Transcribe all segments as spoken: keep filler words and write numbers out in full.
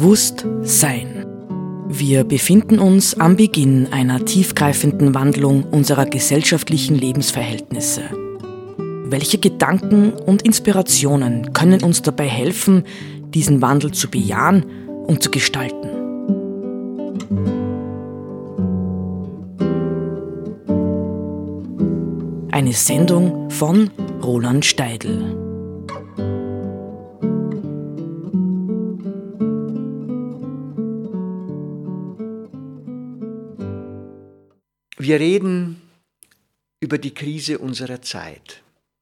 Bewusstsein. Wir befinden uns am Beginn einer tiefgreifenden Wandlung unserer gesellschaftlichen Lebensverhältnisse. Welche Gedanken und Inspirationen können uns dabei helfen, diesen Wandel zu bejahen und zu gestalten? Eine Sendung von Roland Steidl. Wir reden über die Krise unserer Zeit.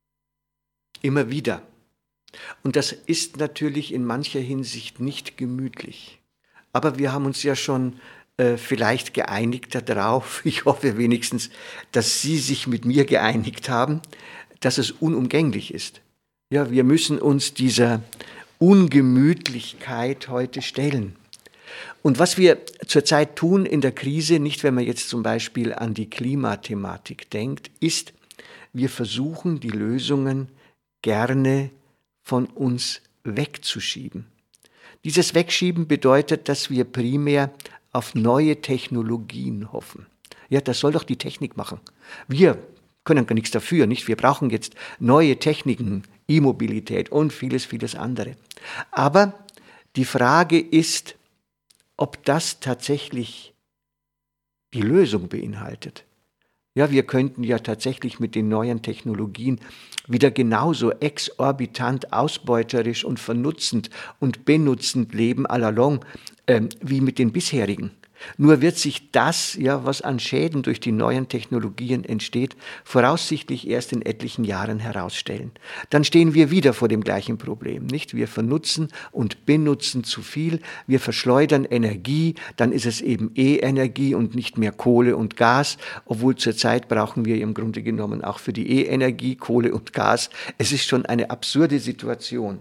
Immer wieder. Und das ist natürlich in mancher Hinsicht nicht gemütlich. Aber wir haben uns ja schon äh, vielleicht geeinigt darauf, ich hoffe wenigstens, dass Sie sich mit mir geeinigt haben, dass es unumgänglich ist. Ja, wir müssen uns dieser Ungemütlichkeit heute stellen. Und was wir zurzeit tun in der Krise, nicht wenn man jetzt zum Beispiel an die Klimathematik denkt, ist, wir versuchen die Lösungen gerne von uns wegzuschieben. Dieses Wegschieben bedeutet, dass wir primär auf neue Technologien hoffen. Ja, das soll doch die Technik machen. Wir können gar nichts dafür, nicht? Wir brauchen jetzt neue Techniken, E-Mobilität und vieles, vieles andere. Aber die Frage ist, ob das tatsächlich die Lösung beinhaltet. Ja, wir könnten ja tatsächlich mit den neuen Technologien wieder genauso exorbitant, ausbeuterisch und vernutzend und benutzend leben à la longue äh, wie mit den bisherigen. Nur wird sich das, ja, was an Schäden durch die neuen Technologien entsteht, voraussichtlich erst in etlichen Jahren herausstellen. Dann stehen wir wieder vor dem gleichen Problem, nicht? Wir vernutzen und benutzen zu viel, wir verschleudern Energie, dann ist es eben E-Energie und nicht mehr Kohle und Gas, obwohl zurzeit brauchen wir im Grunde genommen auch für die E-Energie Kohle und Gas. Es ist schon eine absurde Situation.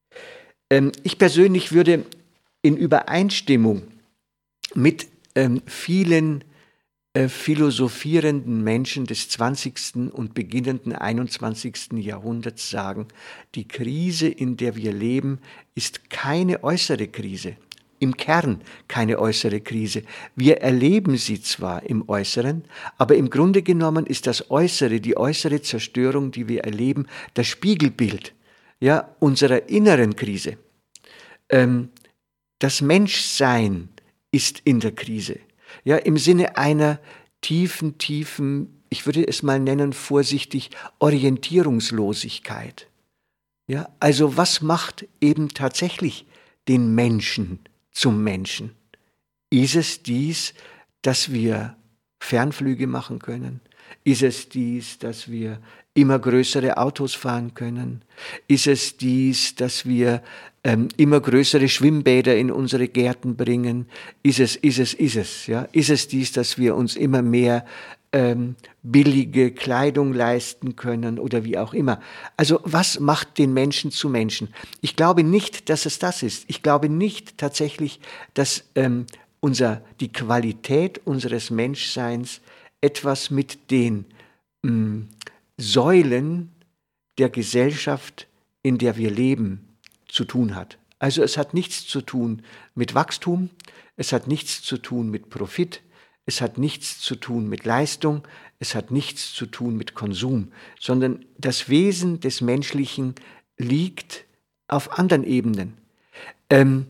Ähm, ich persönlich würde in Übereinstimmung mit ähm, vielen äh, philosophierenden Menschen des zwanzigsten und beginnenden einundzwanzigsten Jahrhunderts sagen, die Krise, in der wir leben, ist keine äußere Krise. Im Kern keine äußere Krise. Wir erleben sie zwar im Äußeren, aber im Grunde genommen ist das Äußere, die äußere Zerstörung, die wir erleben, das Spiegelbild, ja, unserer inneren Krise. Ähm, das Menschsein ist in der Krise. Ja, im Sinne einer tiefen, tiefen, ich würde es mal nennen, vorsichtig, Orientierungslosigkeit. Ja, also was macht eben tatsächlich den Menschen zum Menschen? Ist es dies, dass wir Fernflüge machen können? Ist es dies, dass wir immer größere Autos fahren können? Ist es dies, dass wir ähm, immer größere Schwimmbäder in unsere Gärten bringen? Ist es, ist es, ist es, ja? Ist es dies, dass wir uns immer mehr ähm, billige Kleidung leisten können oder wie auch immer? Also was macht den Menschen zu Menschen? Ich glaube nicht, dass es das ist. Ich glaube nicht tatsächlich, dass ähm, unser, die Qualität unseres Menschseins etwas mit den mh, Säulen der Gesellschaft, in der wir leben, zu tun hat. Also es hat nichts zu tun mit Wachstum, es hat nichts zu tun mit Profit, es hat nichts zu tun mit Leistung, es hat nichts zu tun mit Konsum, sondern das Wesen des Menschlichen liegt auf anderen Ebenen. Ähm,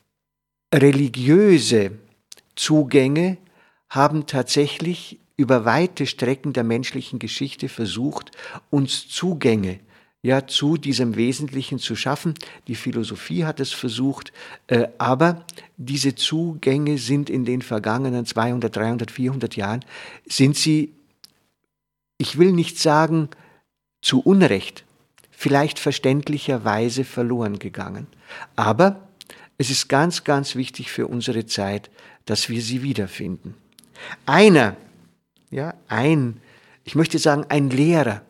religiöse Zugänge haben tatsächlich über weite Strecken der menschlichen Geschichte versucht, uns Zugänge ja, zu diesem Wesentlichen zu schaffen. Die Philosophie hat es versucht, äh, aber diese Zugänge sind in den vergangenen zweihundert, dreihundert, vierhundert Jahren, sind sie, ich will nicht sagen zu Unrecht, vielleicht verständlicherweise verloren gegangen. Aber es ist ganz, ganz wichtig für unsere Zeit, dass wir sie wiederfinden. Einer, ja, ein, ich möchte sagen, ein Lehrer.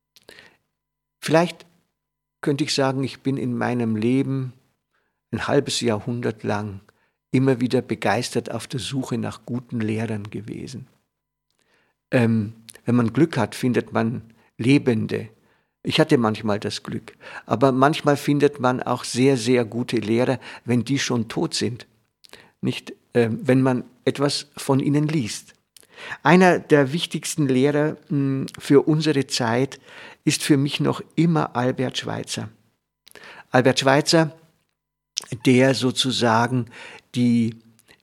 Vielleicht könnte ich sagen, ich bin in meinem Leben ein halbes Jahrhundert lang immer wieder begeistert auf der Suche nach guten Lehrern gewesen. Ähm, wenn man Glück hat, findet man Lebende. Ich hatte manchmal das Glück, aber manchmal findet man auch sehr, sehr gute Lehrer, wenn die schon tot sind. nicht, äh, wenn man etwas von ihnen liest. Einer der wichtigsten Lehrer mh, für unsere Zeit ist für mich noch immer Albert Schweitzer. Albert Schweitzer, der sozusagen die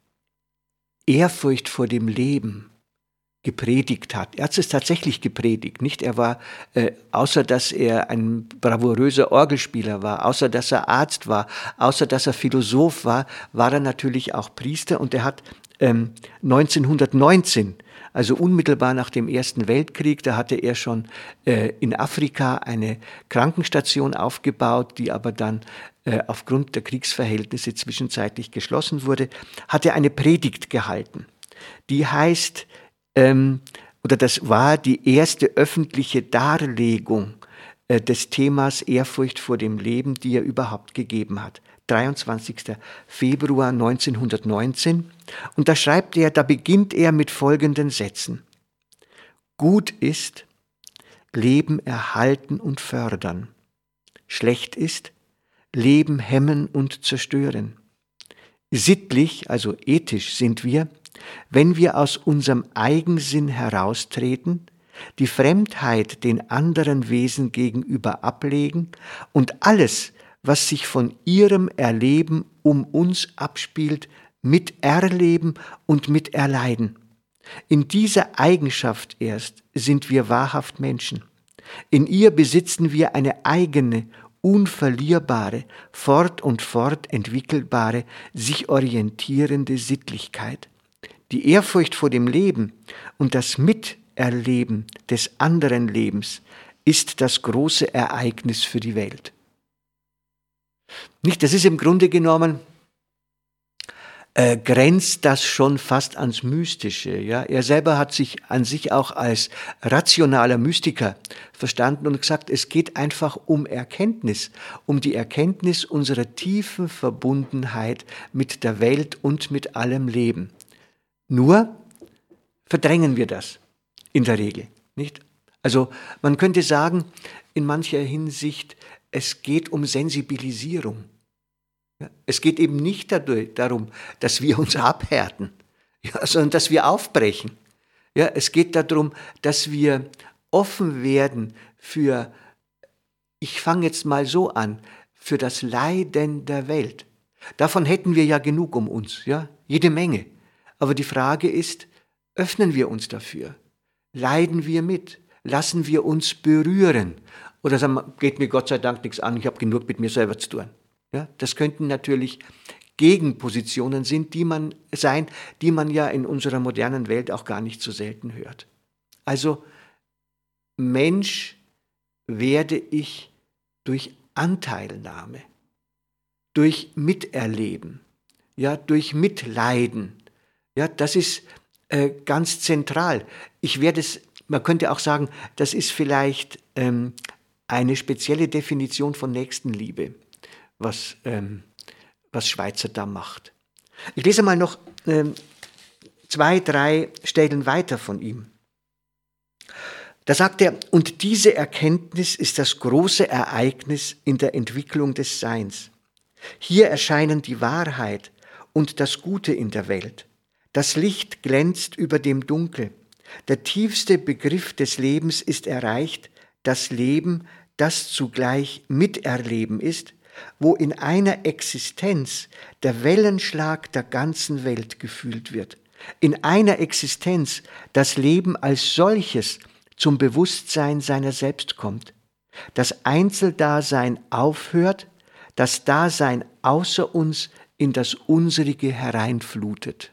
Ehrfurcht vor dem Leben gepredigt hat. Er hat es tatsächlich gepredigt, nicht? Er war, äh, außer dass er ein bravouröser Orgelspieler war, außer dass er Arzt war, außer dass er Philosoph war, war er natürlich auch Priester, und er hat ähm, neunzehnhundertneunzehn, also unmittelbar nach dem Ersten Weltkrieg, da hatte er schon äh, in Afrika eine Krankenstation aufgebaut, die aber dann äh, aufgrund der Kriegsverhältnisse zwischenzeitlich geschlossen wurde, hat er eine Predigt gehalten. Die heißt, ähm, oder das war die erste öffentliche Darlegung äh, des Themas Ehrfurcht vor dem Leben, die er überhaupt gegeben hat. dreiundzwanzigster Februar neunzehnhundertneunzehn. Und da schreibt er, da beginnt er mit folgenden Sätzen. Gut ist, Leben erhalten und fördern. Schlecht ist, Leben hemmen und zerstören. Sittlich, also ethisch sind wir, wenn wir aus unserem Eigensinn heraustreten, die Fremdheit den anderen Wesen gegenüber ablegen und alles, was sich von ihrem Erleben um uns abspielt, miterleben und miterleiden. In dieser Eigenschaft erst sind wir wahrhaft Menschen. In ihr besitzen wir eine eigene, unverlierbare, fort und fort entwickelbare, sich orientierende Sittlichkeit. Die Ehrfurcht vor dem Leben und das Miterleben des anderen Lebens ist das große Ereignis für die Welt. Nicht, das ist im Grunde genommen, äh, grenzt das schon fast ans Mystische. Ja? Er selber hat sich an sich auch als rationaler Mystiker verstanden und gesagt, es geht einfach um Erkenntnis, um die Erkenntnis unserer tiefen Verbundenheit mit der Welt und mit allem Leben. Nur verdrängen wir das in der Regel, nicht? Also man könnte sagen, in mancher Hinsicht, es geht um Sensibilisierung. Ja, es geht eben nicht dadurch, darum, dass wir uns abhärten, ja, sondern dass wir aufbrechen. Ja, es geht darum, dass wir offen werden für, ich fange jetzt mal so an, für das Leiden der Welt. Davon hätten wir ja genug um uns, ja, jede Menge. Aber die Frage ist, öffnen wir uns dafür? Leiden wir mit? Lassen wir uns berühren? Oder sagen wir, geht mir Gott sei Dank nichts an, ich habe genug mit mir selber zu tun. Ja, das könnten natürlich Gegenpositionen sind, die man, sein, die man ja in unserer modernen Welt auch gar nicht so selten hört. Also Mensch werde ich durch Anteilnahme, durch Miterleben, ja, durch Mitleiden. Ja, das ist äh, ganz zentral. Ich werde es, man könnte auch sagen, das ist vielleicht ähm, eine spezielle Definition von Nächstenliebe, was, ähm, was Schweitzer da macht. Ich lese mal noch ähm, zwei, drei Stellen weiter von ihm. Da sagt er, und diese Erkenntnis ist das große Ereignis in der Entwicklung des Seins. Hier erscheinen die Wahrheit und das Gute in der Welt. Das Licht glänzt über dem Dunkel. Der tiefste Begriff des Lebens ist erreicht, das Leben, das zugleich Miterleben ist, wo in einer Existenz der Wellenschlag der ganzen Welt gefühlt wird. In einer Existenz das Leben als solches zum Bewusstsein seiner selbst kommt. Das Einzeldasein aufhört, das Dasein außer uns in das Unsrige hereinflutet.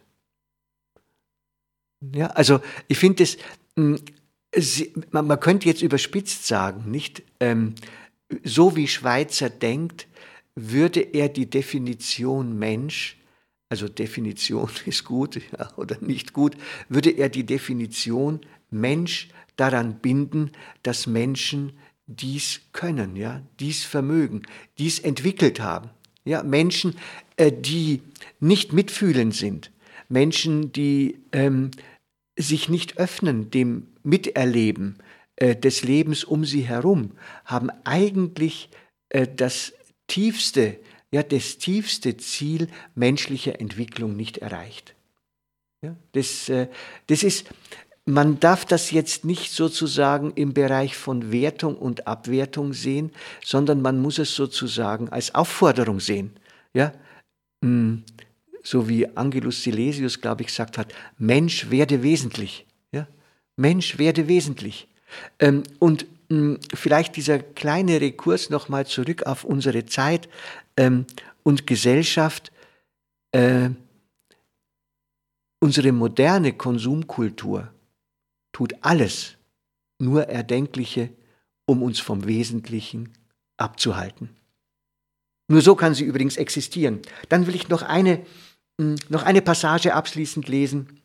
Ja, also ich finde es, man, man könnte jetzt überspitzt sagen, nicht ähm, so wie Schweitzer denkt, würde er die Definition Mensch, also Definition ist gut, ja, oder nicht gut, würde er die Definition Mensch daran binden, dass Menschen dies können, ja, dies vermögen, dies entwickelt haben. Ja, Menschen, äh, die nicht mitfühlend sind, Menschen, die ähm, sich nicht öffnen dem Miterleben äh, des Lebens um sie herum, haben eigentlich äh, das tiefste ja das tiefste Ziel menschlicher Entwicklung nicht erreicht. Ja, das, äh, das ist, man darf das jetzt nicht sozusagen im Bereich von Wertung und Abwertung sehen, sondern man muss es sozusagen als Aufforderung sehen. Ja, mh, so wie Angelus Silesius, glaube ich, gesagt hat, Mensch werde wesentlich. Ja? Mensch werde wesentlich. Ähm, und mh, vielleicht dieser kleine Rekurs nochmal zurück auf unsere Zeit ähm, und Gesellschaft. Äh, unsere moderne Konsumkultur tut alles, nur Erdenkliche, um uns vom Wesentlichen abzuhalten. Nur so kann sie übrigens existieren. Dann will ich noch eine, noch eine Passage abschließend lesen.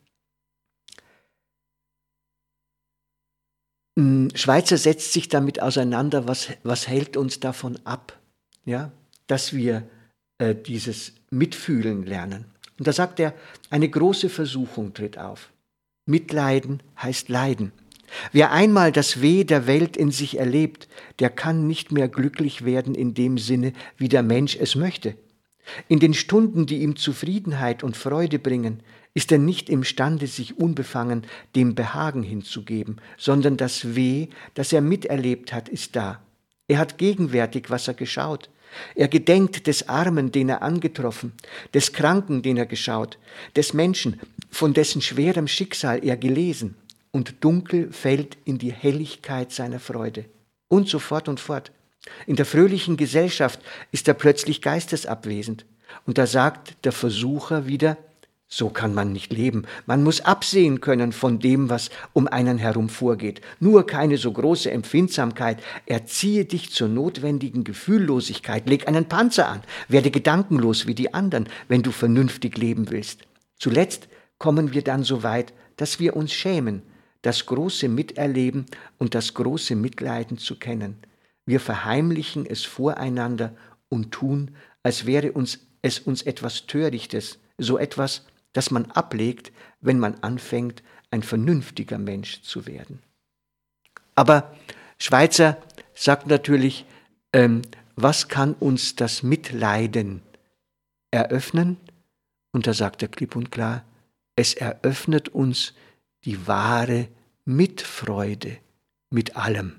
Schweitzer setzt sich damit auseinander, was, was hält uns davon ab, ja, dass wir äh, dieses Mitfühlen lernen. Und da sagt er, eine große Versuchung tritt auf. Mitleiden heißt Leiden. Wer einmal das Weh der Welt in sich erlebt, der kann nicht mehr glücklich werden in dem Sinne, wie der Mensch es möchte. In den Stunden, die ihm Zufriedenheit und Freude bringen, ist er nicht imstande, sich unbefangen dem Behagen hinzugeben, sondern das Weh, das er miterlebt hat, ist da. Er hat gegenwärtig, was er geschaut. Er gedenkt des Armen, den er angetroffen, des Kranken, den er geschaut, des Menschen, von dessen schwerem Schicksal er gelesen, und dunkel fällt in die Helligkeit seiner Freude. Und so fort und fort. In der fröhlichen Gesellschaft ist er plötzlich geistesabwesend. Und da sagt der Versucher wieder, so kann man nicht leben. Man muss absehen können von dem, was um einen herum vorgeht. Nur keine so große Empfindsamkeit. Erziehe dich zur notwendigen Gefühllosigkeit. Leg einen Panzer an. Werde gedankenlos wie die anderen, wenn du vernünftig leben willst. Zuletzt kommen wir dann so weit, dass wir uns schämen, das große Miterleben und das große Mitleiden zu kennen. Wir verheimlichen es voreinander und tun, als wäre uns, es uns etwas Törichtes, so etwas, das man ablegt, wenn man anfängt, ein vernünftiger Mensch zu werden. Aber Schweitzer sagt natürlich, ähm, was kann uns das Mitleiden eröffnen? Und da sagt er klipp und klar, es eröffnet uns die wahre Mitfreude mit allem.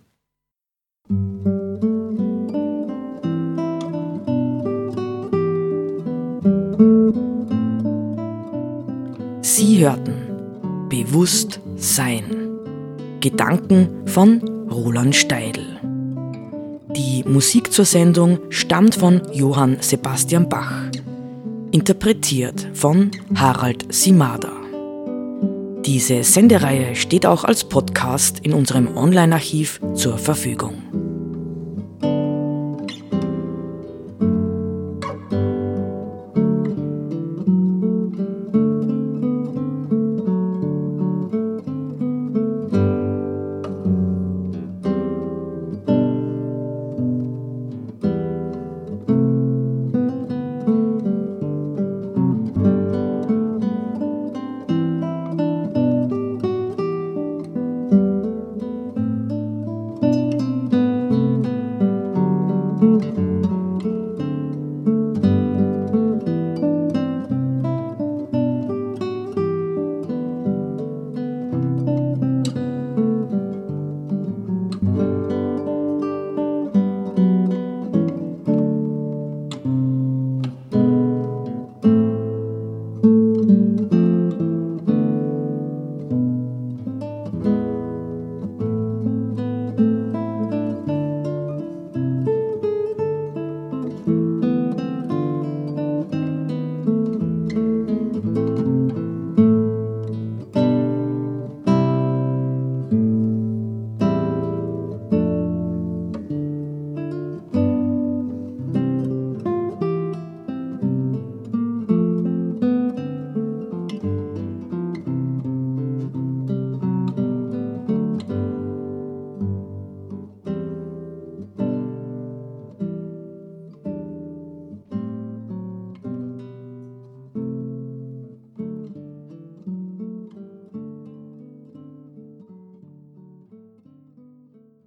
Sie hörten Bewusst Sein. Gedanken von Roland Steidl. Die Musik zur Sendung stammt von Johann Sebastian Bach. Interpretiert von Harald Simada. Diese Sendereihe steht auch als Podcast in unserem Online-Archiv zur Verfügung.